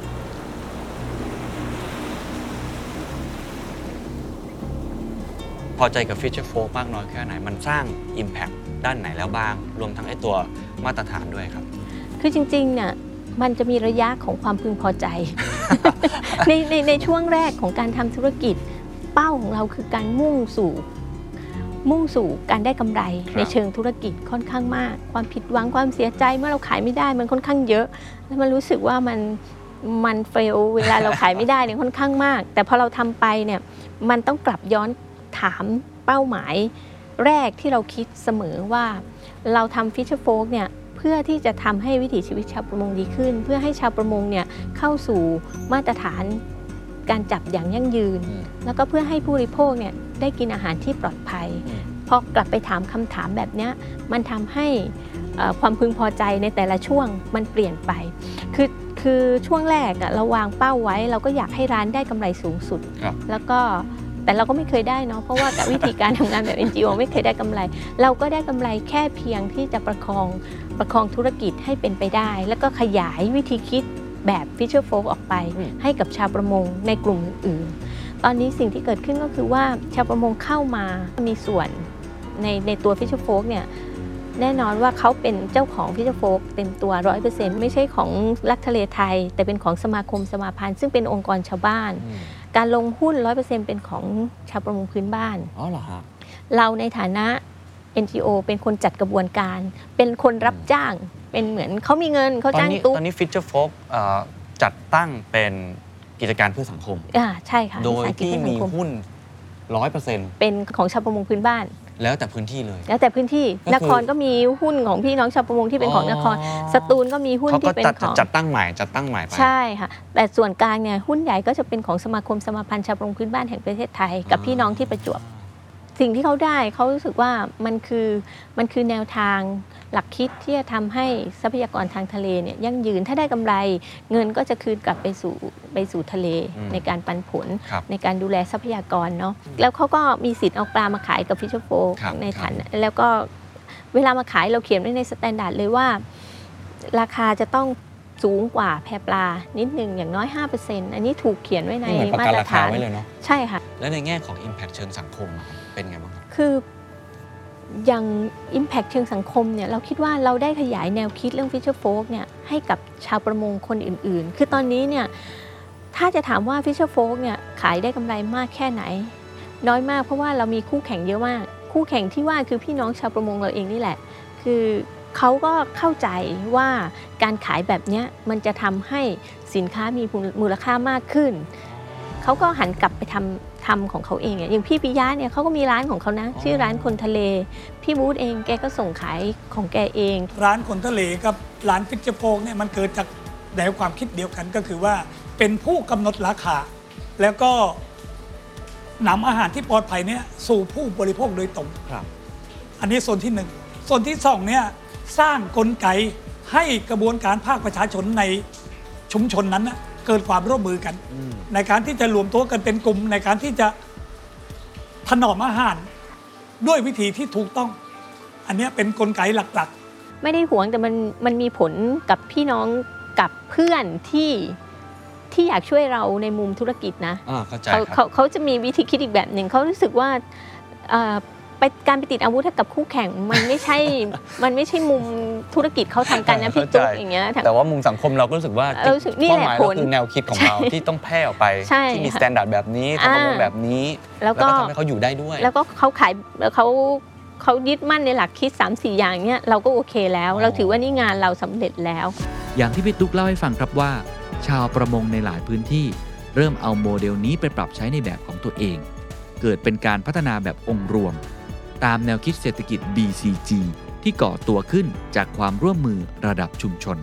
พอใจกับ Fisher Folk มากน้อยแค่ไหนมันสร้าง Impact ด้านไหนแล้วบ้างรวมทั้งไอ้ตัวมาตรฐานด้วยครับคือจริงๆเนี่ยมันจะมีระยะของความพึงพอใจ ในในในช่วงแรกของการทำธุรกิจเป้าของเราคือการมุ่งสู่มุ่งสู่การได้กำไรในเชิงธุรกิจค่อนข้างมากความผิดหวังความเสียใจเมื่อเราขายไม่ได้มันค่อนข้างเยอะแล้วมันรู้สึกว่ามันมันเฟลเวลาเราขายไม่ได้เนี่ยค่อนข้างมากแต่พอเราทำไปเนี่ยมันต้องกลับย้อนถามเป้าหมายแรกที่เราคิดเสมอว่าเราทำ Fisher Folk เนี่ยเพื่อที่จะทำให้วิถีชีวิตชาวประมงดีขึ้นเพื่อให้ชาวประมงเนี่ยเข้าสู่มาตรฐานการจับอย่างยั่งยืนแล้วก็เพื่อให้ผู้บริโภคเนี่ยได้กินอาหารที่ปลอดภัยพอกลับไปถามคำถามแบบนี้มันทำให้ความพึงพอใจในแต่ละช่วงมันเปลี่ยนไปคือคือช่วงแรกเราวางเป้าไว้เราก็อยากให้ร้านได้กำไรสูงสุดแล้วก็แต่เราก็ไม่เคยได้เนาะเพราะว่ากับวิธีการทำงานแบบ เอ็น จี โอ ไม่เคยได้กำไรเราก็ได้กำไรแค่เพียงที่จะประคองประคองธุรกิจให้เป็นไปได้แล้วก็ขยายวิธีคิดแบบ Fisher Folk ออกไปให้กับชาวประมงในกลุ่มอื่นๆตอนนี้สิ่งที่เกิดขึ้นก็คือว่าชาวประมงเข้ามามีส่วนในในตัว Fisher Folk เนี่ยแน่นอนว่าเขาเป็นเจ้าของ Fisher Folk เต็มตัว ร้อยเปอร์เซ็นต์ ไม่ใช่ของรักทะเลไทยแต่เป็นของสมาคมสมาพันธ์ซึ่งเป็นองค์กรชาวบ้านการลงหุ้น ร้อยเปอร์เซ็นต์ เป็นของชาวประมงพื้นบ้านอ๋อเหรอครับเราในฐานะ เอ็น จี โอ เป็นคนจัดกระบวนการเป็นคนรับจ้างเป็นเหมือนเขามีเงินเขาจ้างตุ๊กตอนนี้ Fisher Folk จัดตั้งเป็นกิจการเพื่อสังคมอ่าใช่ค่ะโดยที่มีหุ้น ร้อยเปอร์เซ็นต์เป็นของชาวประมงพื้นบ้านแล้วแต่พื้นที่เลยแล้วแต่พื้นที่นครก็มีหุ้นของพี่น้องชาวประมงที่เป็นของนครสตูลก็มีหุ้นที่เป็นของจัดตั้งใหม่จัดตั้งใหม่ไปใช่ค่ะแต่ส่วนกลางเนี่ยหุ้นใหญ่ก็จะเป็นของสมาคมสมาพันธ์ชาวประมงพื้นบ้านแห่งประเทศไทยกับพี่น้องที่ประจวบสิ่งที่เขาได้เขารู้สึกว่ามันคือมันคือแนวทางหลักคิดที่จะทำให้ทรัพยากรทางทะเลเนี่ยยั่งยืนถ้าได้กำไรเงินก็จะคืนกลับไปสู่ไปสู่ทะเลในการปันผลในการดูแลทรัพยากรเนาะแล้วเขาก็มีสิทธิ์เอาปลามาขายกับ Fisher Folk ในฐานะแล้วก็เวลามาขายเราเขียนไว้ในสแตนดาร์ดเลยว่าราคาจะต้องสูงกว่าแพปลานิดนึงอย่างน้อย ห้าเปอร์เซ็นต์ อันนี้ถูกเขียนไว้ในมาตรฐานใช่ค่ะแล้วในแง่ของ Impact เชิงสังคมเป็นไงบ้างครับคืออย่าง Impact เชิงสังคมเนี่ยเราคิดว่าเราได้ขยายแนวคิดเรื่อง Fisher Folk เนี่ยให้กับชาวประมงคนอื่นๆคือตอนนี้เนี่ยถ้าจะถามว่า Fisher Folk เนี่ยขายได้กำไรมากแค่ไหนน้อยมากเพราะว่าเรามีคู่แข่งเยอะมากคู่แข่งที่ว่าคือพี่น้องชาวประมงเราเองนี่แหละคือเขาก็เข้าใจว่าการขายแบบนี้มันจะทำให้สินค้ามีมูลค่ามากขึ้นเขาก็หันกลับไปทำทำของเขาเองอย่างพี่ปิยะเนี่ยเขาก็มีร้านของเขานะชื่อร้านคนทะเลพี่บูธเองแกก็ส่งขายของแกเองร้านคนทะเลกับร้านFisher Folkเนี่ยมันเกิดจากแนวความคิดเดียวกันก็คือว่าเป็นผู้กำหนดราคาแล้วก็นำอาหารที่ปลอดภัยเนี่ยสู่ผู้บริโภคโดยตรงครับอันนี้ส่วนที่หนึ่งส่วนที่สองเนี่ยสร้างกลไกให้กระบวนการภาคประชาชนในชุมชนนั้นนะเกิดความร่วมมือกันในการที่จะรวมตัวกันเป็นกลุ่มในการที่จะถนอมอาหารด้วยวิธีที่ถูกต้องอันนี้เป็นกลไกหลักๆไม่ได้หวงแต่มันมันมีผลกับพี่น้องกับเพื่อนที่ที่อยากช่วยเราในมุมธุรกิจนะเขาเขาเขาจะมีวิธีคิดอีกแบบหนึ่งเขารู้สึกว่าไปการไปติดอาวุธกับคู่แข่งมันไม่ใช่มันไม่ใช่มุมธุรกิจเขาทำกันนะพี่ตุ๊กอย่างเงี้ยแต่ว่ามุมสังคมเราก็รู้สึกว่าเป้าหมายเราคือแนวคิดของเราที่ต้องแพร่ออกไปที่มีมาตรฐานแบบนี้ทำประมงแบบนี้แล้วก็ทำให้เขาอยู่ได้ด้วยแล้วก็เขาขายเขาเขายึดมั่นในหลักคิด สามสี่ อย่างเนี้ยเราก็โอเคแล้วเราถือว่านี่งานเราสำเร็จแล้วอย่างที่พี่ตุ๊กเล่าให้ฟังครับว่าชาวประมงในหลายพื้นที่เริ่มเอาโมเดลนี้ไปปรับใช้ในแบบของตัวเองเกิดเป็นการพัฒนาแบบองค์รวมตามแนวคิดเศรษฐกิจ บี ซี จี ที่ก่อตัวขึ้นจากความร่วมมือระดับชุมชน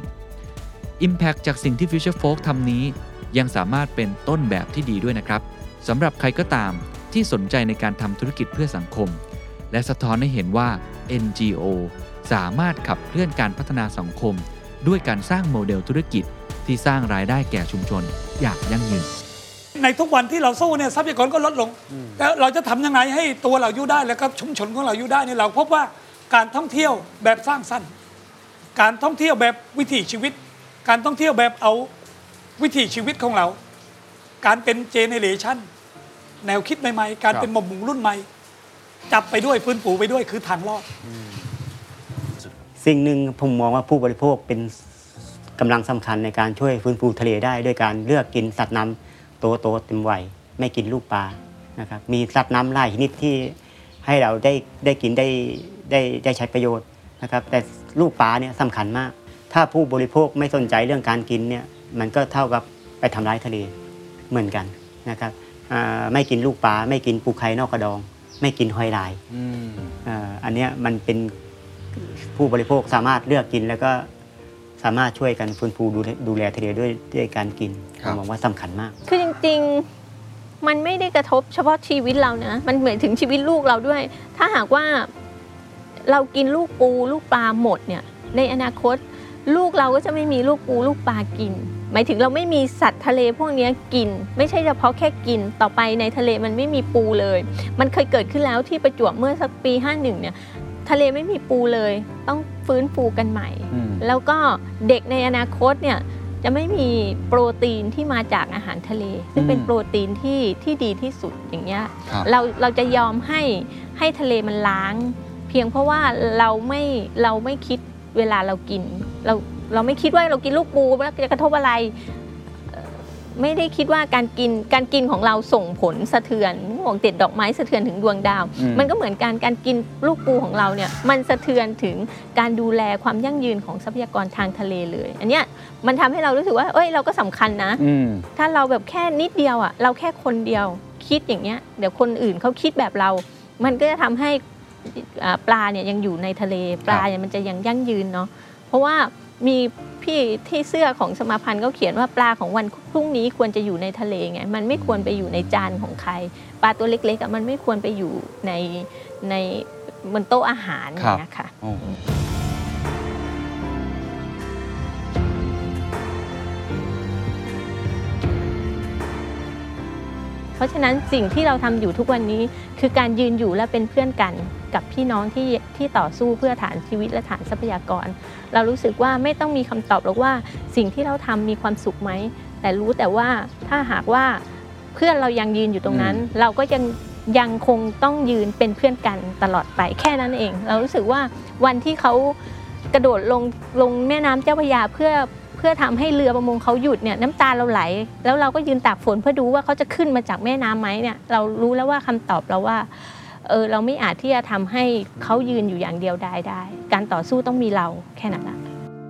Impact จากสิ่งที่ Fisher Folk ทำนี้ยังสามารถเป็นต้นแบบที่ดีด้วยนะครับสำหรับใครก็ตามที่สนใจในการทำธุรกิจเพื่อสังคมและสะท้อนให้เห็นว่า เอ็น จี โอ สามารถขับเคลื่อนการพัฒนาสังคมด้วยการสร้างโมเดลธุรกิจที่สร้างรายได้แก่ชุมชนอย่างยั่งยืนในทุกวันที่เราสู้เนี่ยทรัพยากรก็ลดลงแล้วเราจะทำยังไงให้ตัวเราอยู่ได้แล้วก็ชุมชนของเราอยู่ได้เนี่ยเราพบว่าการท่องเที่ยวแบบสร้างสรรค์การท่องเที่ยวแบบวิถีชีวิตการท่องเที่ยวแบบเอาวิถีชีวิตของเราการเป็นเจเนเรชันแนวคิดใหม่ๆการเป็นหม่อมหมู่รุ่นใหม่จับไปด้วยฟื้นฟูไปด้วยคือทางรอดสิ่งหนึ่งผมมองว่าผู้บริโภคเป็นกำลังสำคัญในการช่วยฟื้นฟูทะเลได้ด้วยการเลือกกินสัตว์น้ำโตโตเต็มวัยไม่กินลูกปลานะครับมีสัตว์น้ำหลายชนิดที่ให้เราได้ได้กินได้ได้ได้ใช้ประโยชน์นะครับแต่ลูกปลาเนี่ยสำคัญมากถ้าผู้บริโภคไม่สนใจเรื่องการกินเนี่ยมันก็เท่ากับไปทำร้ายทะเลเหมือนกันนะครับไม่กินลูกปลาไม่กินปูไข่นอกกระดองไม่กินหอยลาย อ, อันนี้มันเป็นผู้บริโภคสามารถเลือกกินแล้วก็สามารถช่วยกันฟื้นฟูดูดูแลทะเลด้วยด้วยการกินผมมองว่าสำคัญมากคือจริงๆมันไม่ได้กระทบเฉพาะชีวิตเรานะมันเหมือนถึงชีวิตลูกเราด้วยถ้าหากว่าเรากินลูกปูลูกปลาหมดเนี่ยในอนาคตลูกเราก็จะไม่มีลูกปูลูกปลากินหมายถึงเราไม่มีสัตว์ทะเลพวกนี้กินไม่ใช่เฉพาะแค่กินต่อไปในทะเลมันไม่มีปูเลยมันเคยเกิดขึ้นแล้วที่ประจวบเมื่อสักปีห้าสิบเอ็ดเนี่ยทะเลไม่มีปูเลยต้องฟื้นฟูกันใหม่แล้วก็เด็กในอนาคตเนี่ยจะไม่มีโปรตีนที่มาจากอาหารทะเลซึ่งเป็นโปรตีนที่ที่ดีที่สุดอย่างเงี้ยเราเราจะยอมให้ให้ทะเลมันล้างเพียงเพราะว่าเราไม่เราไม่คิดเวลาเรากินเราเราไม่คิดว่าเรากินลูกปูแล้วจะกระทบอะไรไม่ได้คิดว่าการกินการกินของเราส่งผลสะเทือนห่วงเด็ดดอกไม้สะเทือนถึงดวงดาวมันก็เหมือนการการกินลูกปูของเราเนี่ยมันสะเทือนถึงการดูแลความยั่งยืนของทรัพยากรทางทะเลเลยอันเนี้ยมันทำให้เรารู้สึกว่าเอ้ยเราก็สำคัญนะถ้าเราแบบแค่นิดเดียวอ่ะเราแค่คนเดียวคิดอย่างเงี้ยเดี๋ยวคนอื่นเขาคิดแบบเรามันก็จะทำให้ปลาเนี่ยยังอยู่ในทะเลปลาเนี่ยมันจะยังยั่งยืนเนาะเพราะว่ามีพี่ที่เสื้อของสมาพันธ์เขาเขียนว่าปลาของวันพรุ่งนี้ควรจะอยู่ในทะเลไงมันไม่ควรไปอยู่ในจานของใครปลาตัวเล็กๆอ่ะมันไม่ควรไปอยู่ในในบนโต๊ะอาหารอย่างเงี้ยค่ะเพราะฉะนั้นสิ่งที่เราทำอยู่ทุกวันนี้คือการยืนอยู่และเป็นเพื่อนกันกับพี่น้องที่ที่ต่อสู้เพื่อฐานชีวิตและฐานทรัพยากรเรารู้สึกว่าไม่ต้องมีคำตอบหรอกว่าสิ่งที่เราทำมีความสุขไหมแต่รู้แต่ว่าถ้าหากว่าเพื่อนเรายังยืนอยู่ตรงนั้นเราก็ยังยังคงต้องยืนเป็นเพื่อนกันตลอดไปแค่นั้นเองเรารู้สึกว่าวันที่เขากระโดดลงลงแม่น้ำเจ้าพระยาเพื่อเพื่อทำให้เรือประมงเขาหยุดเนี่ยน้ำตาเราไหลแล้วเราก็ยืนตากฝนเพื่อดูว่าเขาจะขึ้นมาจากแม่น้ำไหมเนี่ยเรารู้แล้วว่าคำตอบเราว่าเออเราไม่อาจที่จะทำให้เขายืนอยู่อย่างเดียวได้ได้การต่อสู้ต้องมีเราแค่นั้นแหละ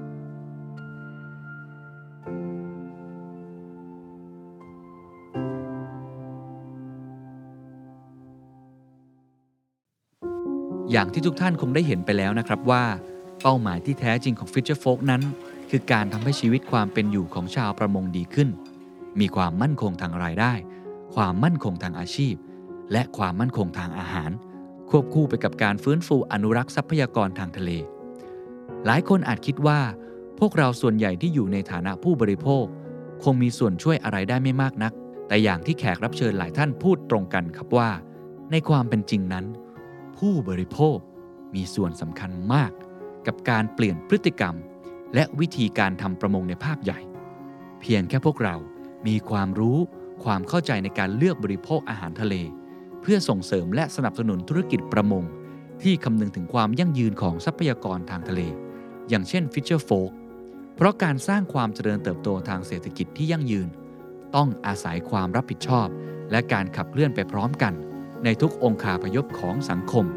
อย่างที่ทุกท่านคงได้เห็นไปแล้วนะครับว่าเป้าหมายที่แท้จริงของ Fisher Folk นั้นคือการทำให้ชีวิตความเป็นอยู่ของชาวประมงดีขึ้นมีความมั่นคงทางรายได้ความมั่นคงทางอาชีพและความมั่นคงทางอาหารควบคู่ไปกับการฟื้นฟูอนุรักษ์ทรัพยากรทางทะเลหลายคนอาจคิดว่าพวกเราส่วนใหญ่ที่อยู่ในฐานะผู้บริโภคคงมีส่วนช่วยอะไรได้ไม่มากนักแต่อย่างที่แขกรับเชิญหลายท่านพูดตรงกันครับว่าในความเป็นจริงนั้นผู้บริโภคมีส่วนสำคัญมากกับการเปลี่ยนพฤติกรรมและวิธีการทำประมงในภาพใหญ่เพียงแค่พวกเรามีความรู้ความเข้าใจในการเลือกบริโภคอาหารทะเลเพื่อส่งเสริมและสนับสนุนธุรกิจประมงที่คำนึงถึงความยั่งยืนของทรัพยากรทางทะเลอย่างเช่น Fisher Folk เพราะการสร้างความเจริญเติบโตทางเศรษฐกิจที่ยั่งยืนต้องอาศัยความรับผิดชอบและการขับเคลื่อนไปพร้อมกันในทุกองค์คาพยพของสังคม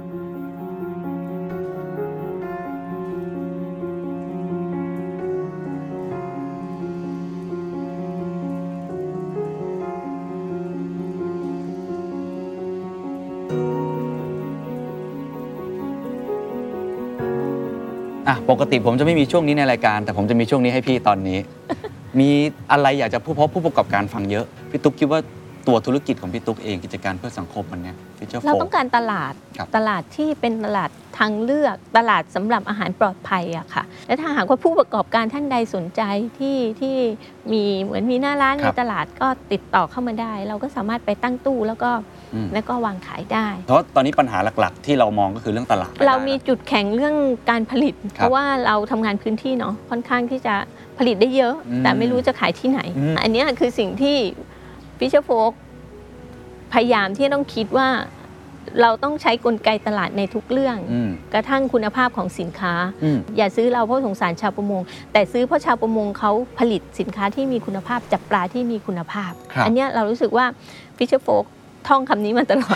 อ่ะปกติผมจะไม่มีช่วงนี้ในรายการแต่ผมจะมีช่วงนี้ให้พี่ตอนนี้ มีอะไรอยากจะพูดเพราะผู้ประกอบการฟังเยอะพี่ตุ๊กคิดว่าตัวธุรกิจของพี่ตุ๊กเองกิจการเพื่อสังคมมันเนี่ยฟิชเชอร์โฟเราต้องการตลาดตลาดที่เป็นตลาดทางเลือกตลาดสำหรับอาหารปลอดภัยอะค่ะและถ้าหากว่าผู้ประกอบการท่านใดสนใจที่ที่มีเหมือนมีหน้าร้านในตลาดก็ติดต่อเข้ามาได้เราก็สามารถไปตั้งตู้แล้วก็แล้วก็วางขายได้เพราะตอนนี้ปัญหาหลักๆที่เรามองก็คือเรื่องตลาดเรามีจุดแข็งเรื่องการผลิตเพราะว่าเราทำงานพื้นที่เนาะค่อนข้างที่จะผลิตได้เยอะแต่ไม่รู้จะขายที่ไหนอันนี้คือสิ่งที่ฟิชเชอร์โฟกพยายามที่ต้องคิดว่าเราต้องใช้กลไกตลาดในทุกเรื่องกระทั่งคุณภาพของสินค้าอย่าซื้อเราเพราะสงสารชาวประมงแต่ซื้อเพราะชาวประมงเขาผลิตสินค้าที่มีคุณภาพจากปลาที่มีคุณภาพอันนี้เรารู้สึกว่าฟิชเชอร์โฟกท่องคำนี้มาตลอด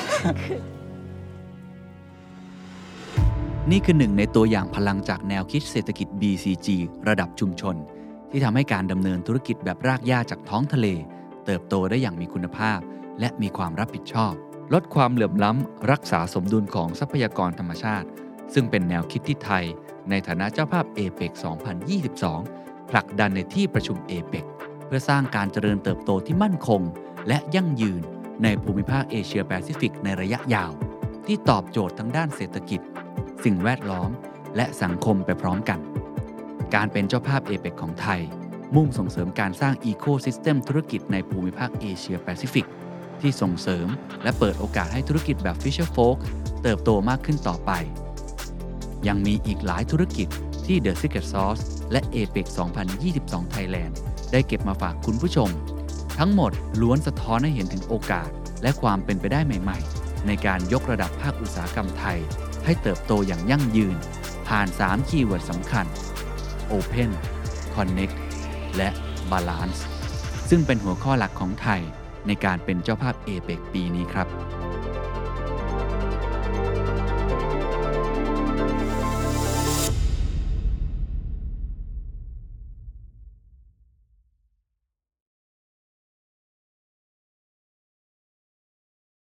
นี่คือหนึ่งในตัวอย่างพลังจากแนวคิดเศรษฐกิจ บี ซี จี ระดับชุมชนที่ทำให้การดำเนินธุรกิจแบบรากหญ้าจากท้องทะเลเติบโตได้อย่างมีคุณภาพและมีความรับผิดชอบลดความเหลื่อมล้ำรักษาสมดุลของทรัพยากรธรรมชาติซึ่งเป็นแนวคิดที่ไทยในฐานะเจ้าภาพ เอ เปก สองพันยี่สิบสอง ผลักดันในที่ประชุม เอ เปก เพื่อสร้างการเจริญเติบโตที่มั่นคงและยั่งยืนในภูมิภาคเอเชียแปซิฟิกในระยะยาวที่ตอบโจทย์ทั้งด้านเศรษฐกิจสิ่งแวดล้อมและสังคมไปพร้อมกันการเป็นเจ้าภาพ เอ เปก ของไทยมุ่งส่งเสริมการสร้างอีโคซิสเต็มธุรกิจในภูมิภาคเอเชียแปซิฟิกที่ส่งเสริมและเปิดโอกาสให้ธุรกิจแบบ Fisher Folk เติบโตมากขึ้นต่อไปยังมีอีกหลายธุรกิจที่ The Secret Sauce และ เอ เปก สองพันยี่สิบสอง Thailand ได้เก็บมาฝากคุณผู้ชมทั้งหมดล้วนสะท้อนให้เห็นถึงโอกาสและความเป็นไปได้ใหม่ๆในการยกระดับภาคอุตสาหกรรมไทยให้เติบโตอย่างยั่งยืนผ่านสามคีย์เวิร์ดสำคัญ Open Connect และ Balance ซึ่งเป็นหัวข้อหลักของไทยในการเป็นเจ้าภาพ เอ เปก ปีนี้ครับ